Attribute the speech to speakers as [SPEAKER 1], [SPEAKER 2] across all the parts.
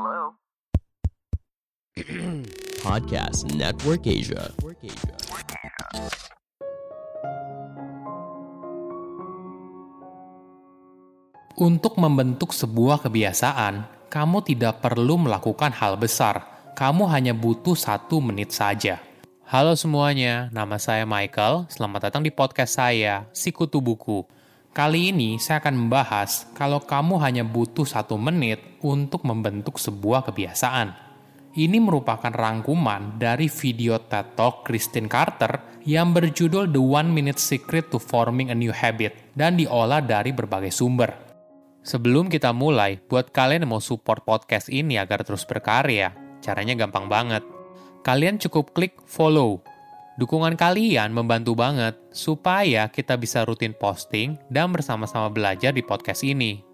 [SPEAKER 1] Podcast Network Asia.
[SPEAKER 2] Untuk membentuk sebuah kebiasaan, kamu tidak perlu melakukan hal besar. Kamu hanya butuh 1 menit saja. Halo semuanya, nama saya Michael. Selamat datang di podcast saya, Sikutu Buku. Kali ini saya akan membahas kalau kamu hanya butuh 1 menit untuk membentuk sebuah kebiasaan. Ini merupakan rangkuman dari video TED Talk Christine Carter yang berjudul The 1 Minute Secret to Forming a New Habit dan diolah dari berbagai sumber. Sebelum kita mulai, buat kalian yang mau support podcast ini agar terus berkarya, caranya gampang banget. Kalian cukup klik follow. Dukungan kalian membantu banget supaya kita bisa rutin posting dan bersama-sama belajar di podcast ini.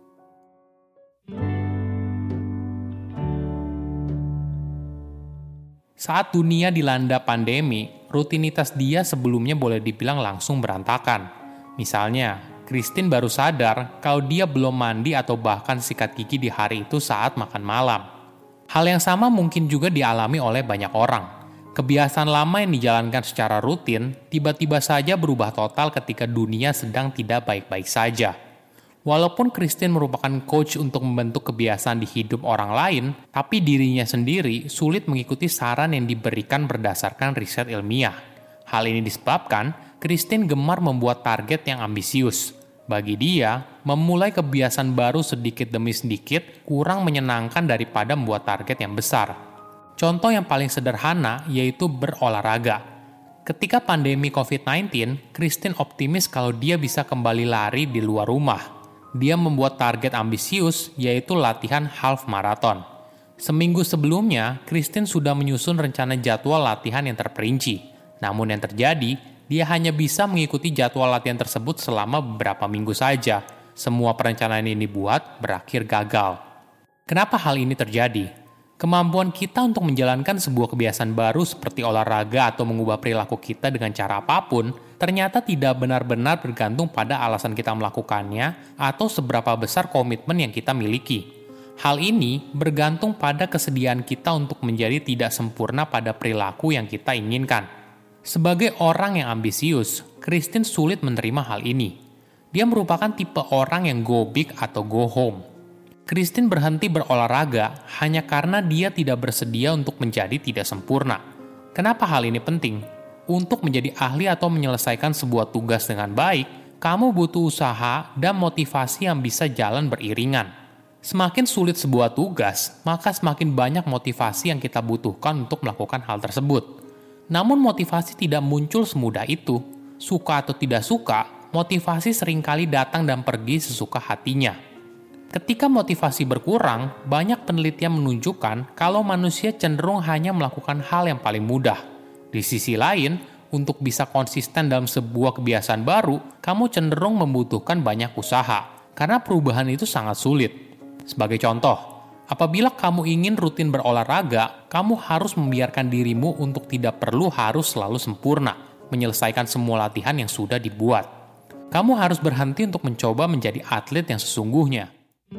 [SPEAKER 2] Saat dunia dilanda pandemi, rutinitas dia sebelumnya boleh dibilang langsung berantakan. Misalnya, Christine baru sadar kalau dia belum mandi atau bahkan sikat gigi di hari itu saat makan malam. Hal yang sama mungkin juga dialami oleh banyak orang. Kebiasaan lama yang dijalankan secara rutin tiba-tiba saja berubah total ketika dunia sedang tidak baik-baik saja. Walaupun Christine merupakan coach untuk membentuk kebiasaan di hidup orang lain, tapi dirinya sendiri sulit mengikuti saran yang diberikan berdasarkan riset ilmiah. Hal ini disebabkan Christine gemar membuat target yang ambisius. Bagi dia, memulai kebiasaan baru sedikit demi sedikit kurang menyenangkan daripada membuat target yang besar. Contoh yang paling sederhana yaitu berolahraga. Ketika pandemi COVID-19, Christine optimis kalau dia bisa kembali lari di luar rumah. Dia membuat target ambisius yaitu latihan half marathon. Seminggu sebelumnya, Christine sudah menyusun rencana jadwal latihan yang terperinci. Namun yang terjadi, dia hanya bisa mengikuti jadwal latihan tersebut selama beberapa minggu saja. Semua perencanaan yang dibuat berakhir gagal. Kenapa hal ini terjadi? Kemampuan kita untuk menjalankan sebuah kebiasaan baru seperti olahraga atau mengubah perilaku kita dengan cara apapun, ternyata tidak benar-benar bergantung pada alasan kita melakukannya atau seberapa besar komitmen yang kita miliki. Hal ini bergantung pada kesediaan kita untuk menjadi tidak sempurna pada perilaku yang kita inginkan. Sebagai orang yang ambisius, Christine sulit menerima hal ini. Dia merupakan tipe orang yang go big atau go home. Christine berhenti berolahraga hanya karena dia tidak bersedia untuk menjadi tidak sempurna. Kenapa hal ini penting? Untuk menjadi ahli atau menyelesaikan sebuah tugas dengan baik, kamu butuh usaha dan motivasi yang bisa jalan beriringan. Semakin sulit sebuah tugas, maka semakin banyak motivasi yang kita butuhkan untuk melakukan hal tersebut. Namun motivasi tidak muncul semudah itu. Suka atau tidak suka, motivasi seringkali datang dan pergi sesuka hatinya. Ketika motivasi berkurang, banyak penelitian menunjukkan kalau manusia cenderung hanya melakukan hal yang paling mudah. Di sisi lain, untuk bisa konsisten dalam sebuah kebiasaan baru, kamu cenderung membutuhkan banyak usaha, karena perubahan itu sangat sulit. Sebagai contoh, apabila kamu ingin rutin berolahraga, kamu harus membiarkan dirimu untuk tidak perlu harus selalu sempurna, menyelesaikan semua latihan yang sudah dibuat. Kamu harus berhenti untuk mencoba menjadi atlet yang sesungguhnya.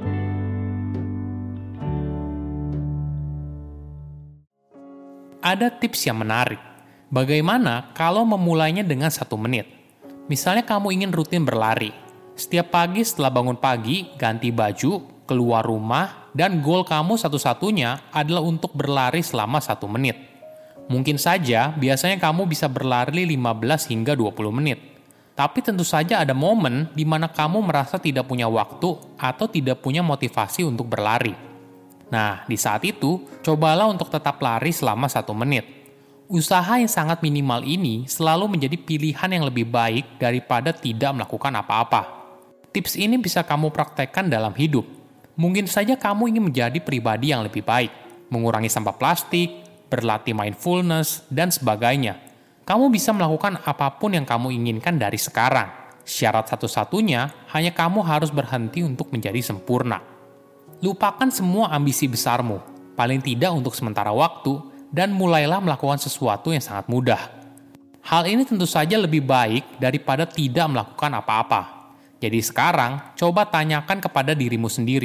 [SPEAKER 2] Ada tips yang menarik. Bagaimana kalau memulainya dengan 1 menit? Misalnya kamu ingin rutin berlari. Setiap pagi setelah bangun pagi, ganti baju, keluar rumah, dan goal kamu satu-satunya adalah untuk berlari selama 1 menit. Mungkin saja biasanya kamu bisa berlari 15 hingga 20 menit. Tapi tentu saja ada momen di mana kamu merasa tidak punya waktu atau tidak punya motivasi untuk berlari. Nah, di saat itu, cobalah untuk tetap lari selama 1 menit. Usaha yang sangat minimal ini selalu menjadi pilihan yang lebih baik daripada tidak melakukan apa-apa. Tips ini bisa kamu praktekkan dalam hidup. Mungkin saja kamu ingin menjadi pribadi yang lebih baik, mengurangi sampah plastik, berlatih mindfulness, dan sebagainya. Kamu bisa melakukan apapun yang kamu inginkan dari sekarang. Syarat satu-satunya, hanya kamu harus berhenti untuk menjadi sempurna. Lupakan semua ambisi besarmu, paling tidak untuk sementara waktu, dan mulailah melakukan sesuatu yang sangat mudah. Hal ini tentu saja lebih baik daripada tidak melakukan apa-apa. Jadi sekarang, coba tanyakan kepada dirimu sendiri,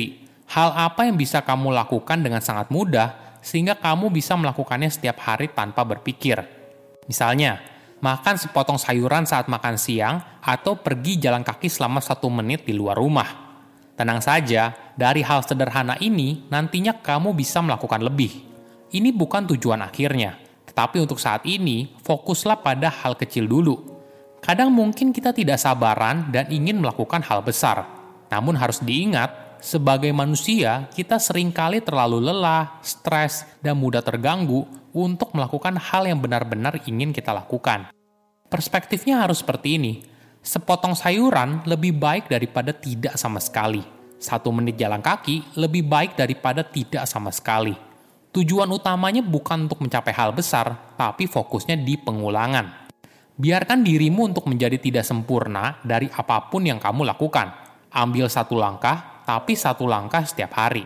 [SPEAKER 2] Hal apa yang bisa kamu lakukan dengan sangat mudah sehingga kamu bisa melakukannya setiap hari tanpa berpikir? Misalnya, makan sepotong sayuran saat makan siang atau pergi jalan kaki selama 1 menit di luar rumah. Tenang saja, dari hal sederhana ini nantinya kamu bisa melakukan lebih. Ini bukan tujuan akhirnya, tetapi untuk saat ini fokuslah pada hal kecil dulu. Kadang mungkin kita tidak sabaran dan ingin melakukan hal besar. Namun harus diingat, sebagai manusia kita seringkali terlalu lelah, stres, dan mudah terganggu untuk melakukan hal yang benar-benar ingin kita lakukan. Perspektifnya harus seperti ini. Sepotong sayuran lebih baik daripada tidak sama sekali. 1 menit jalan kaki lebih baik daripada tidak sama sekali. Tujuan utamanya bukan untuk mencapai hal besar, tapi fokusnya di pengulangan. Biarkan dirimu untuk menjadi tidak sempurna dari apapun yang kamu lakukan. Ambil 1 langkah, tapi 1 langkah setiap hari.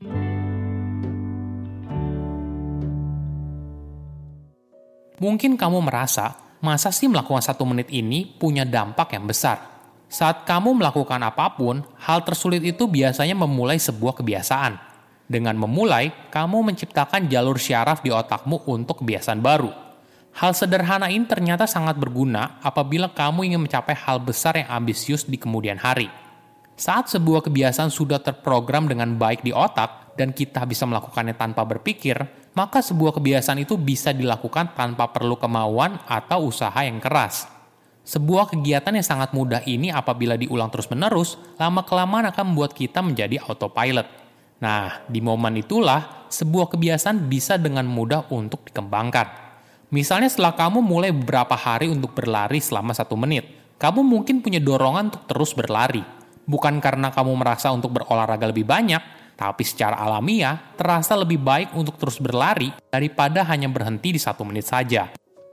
[SPEAKER 2] Mungkin kamu merasa, masa sih melakukan 1 menit ini punya dampak yang besar? Saat kamu melakukan apapun, hal tersulit itu biasanya memulai sebuah kebiasaan. Dengan memulai, kamu menciptakan jalur syaraf di otakmu untuk kebiasaan baru. Hal sederhana ini ternyata sangat berguna apabila kamu ingin mencapai hal besar yang ambisius di kemudian hari. Saat sebuah kebiasaan sudah terprogram dengan baik di otak dan kita bisa melakukannya tanpa berpikir, maka sebuah kebiasaan itu bisa dilakukan tanpa perlu kemauan atau usaha yang keras. Sebuah kegiatan yang sangat mudah ini apabila diulang terus-menerus, lama-kelamaan akan membuat kita menjadi autopilot. Nah, di momen itulah sebuah kebiasaan bisa dengan mudah untuk dikembangkan. Misalnya setelah kamu mulai beberapa hari untuk berlari selama 1 menit, kamu mungkin punya dorongan untuk terus berlari. Bukan karena kamu merasa untuk berolahraga lebih banyak, tapi secara alamiah terasa lebih baik untuk terus berlari daripada hanya berhenti di 1 menit saja.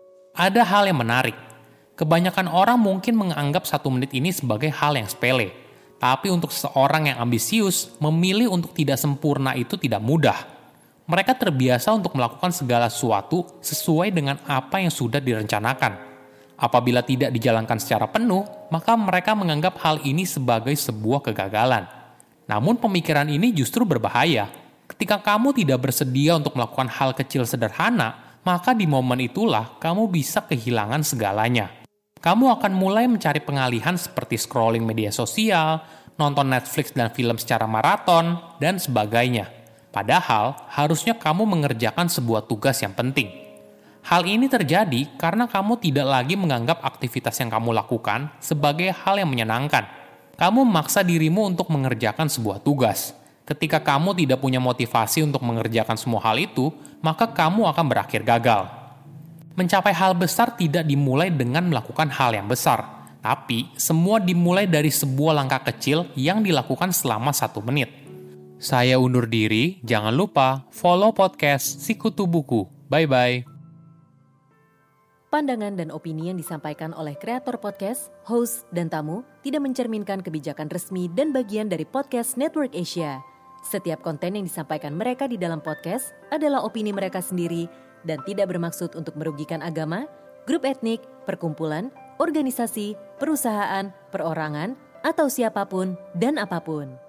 [SPEAKER 2] Ada hal yang menarik. Kebanyakan orang mungkin menganggap 1 menit ini sebagai hal yang sepele. Tapi untuk seseorang yang ambisius, memilih untuk tidak sempurna itu tidak mudah. Mereka terbiasa untuk melakukan segala sesuatu sesuai dengan apa yang sudah direncanakan. Apabila tidak dijalankan secara penuh, maka mereka menganggap hal ini sebagai sebuah kegagalan. Namun pemikiran ini justru berbahaya. Ketika kamu tidak bersedia untuk melakukan hal kecil sederhana, maka di momen itulah kamu bisa kehilangan segalanya. Kamu akan mulai mencari pengalihan seperti scrolling media sosial, nonton Netflix dan film secara maraton, dan sebagainya. Padahal, harusnya kamu mengerjakan sebuah tugas yang penting. Hal ini terjadi karena kamu tidak lagi menganggap aktivitas yang kamu lakukan sebagai hal yang menyenangkan. Kamu memaksa dirimu untuk mengerjakan sebuah tugas. Ketika kamu tidak punya motivasi untuk mengerjakan semua hal itu, maka kamu akan berakhir gagal. Mencapai hal besar tidak dimulai dengan melakukan hal yang besar, tapi semua dimulai dari sebuah langkah kecil yang dilakukan selama 1 menit. Saya undur diri, jangan lupa follow podcast Sikutu Buku. Bye-bye.
[SPEAKER 3] Pandangan dan opini yang disampaikan oleh kreator podcast, host, dan tamu tidak mencerminkan kebijakan resmi dan bagian dari Podcast Network Asia. Setiap konten yang disampaikan mereka di dalam podcast adalah opini mereka sendiri dan tidak bermaksud untuk merugikan agama, grup etnik, perkumpulan, organisasi, perusahaan, perorangan, atau siapapun dan apapun.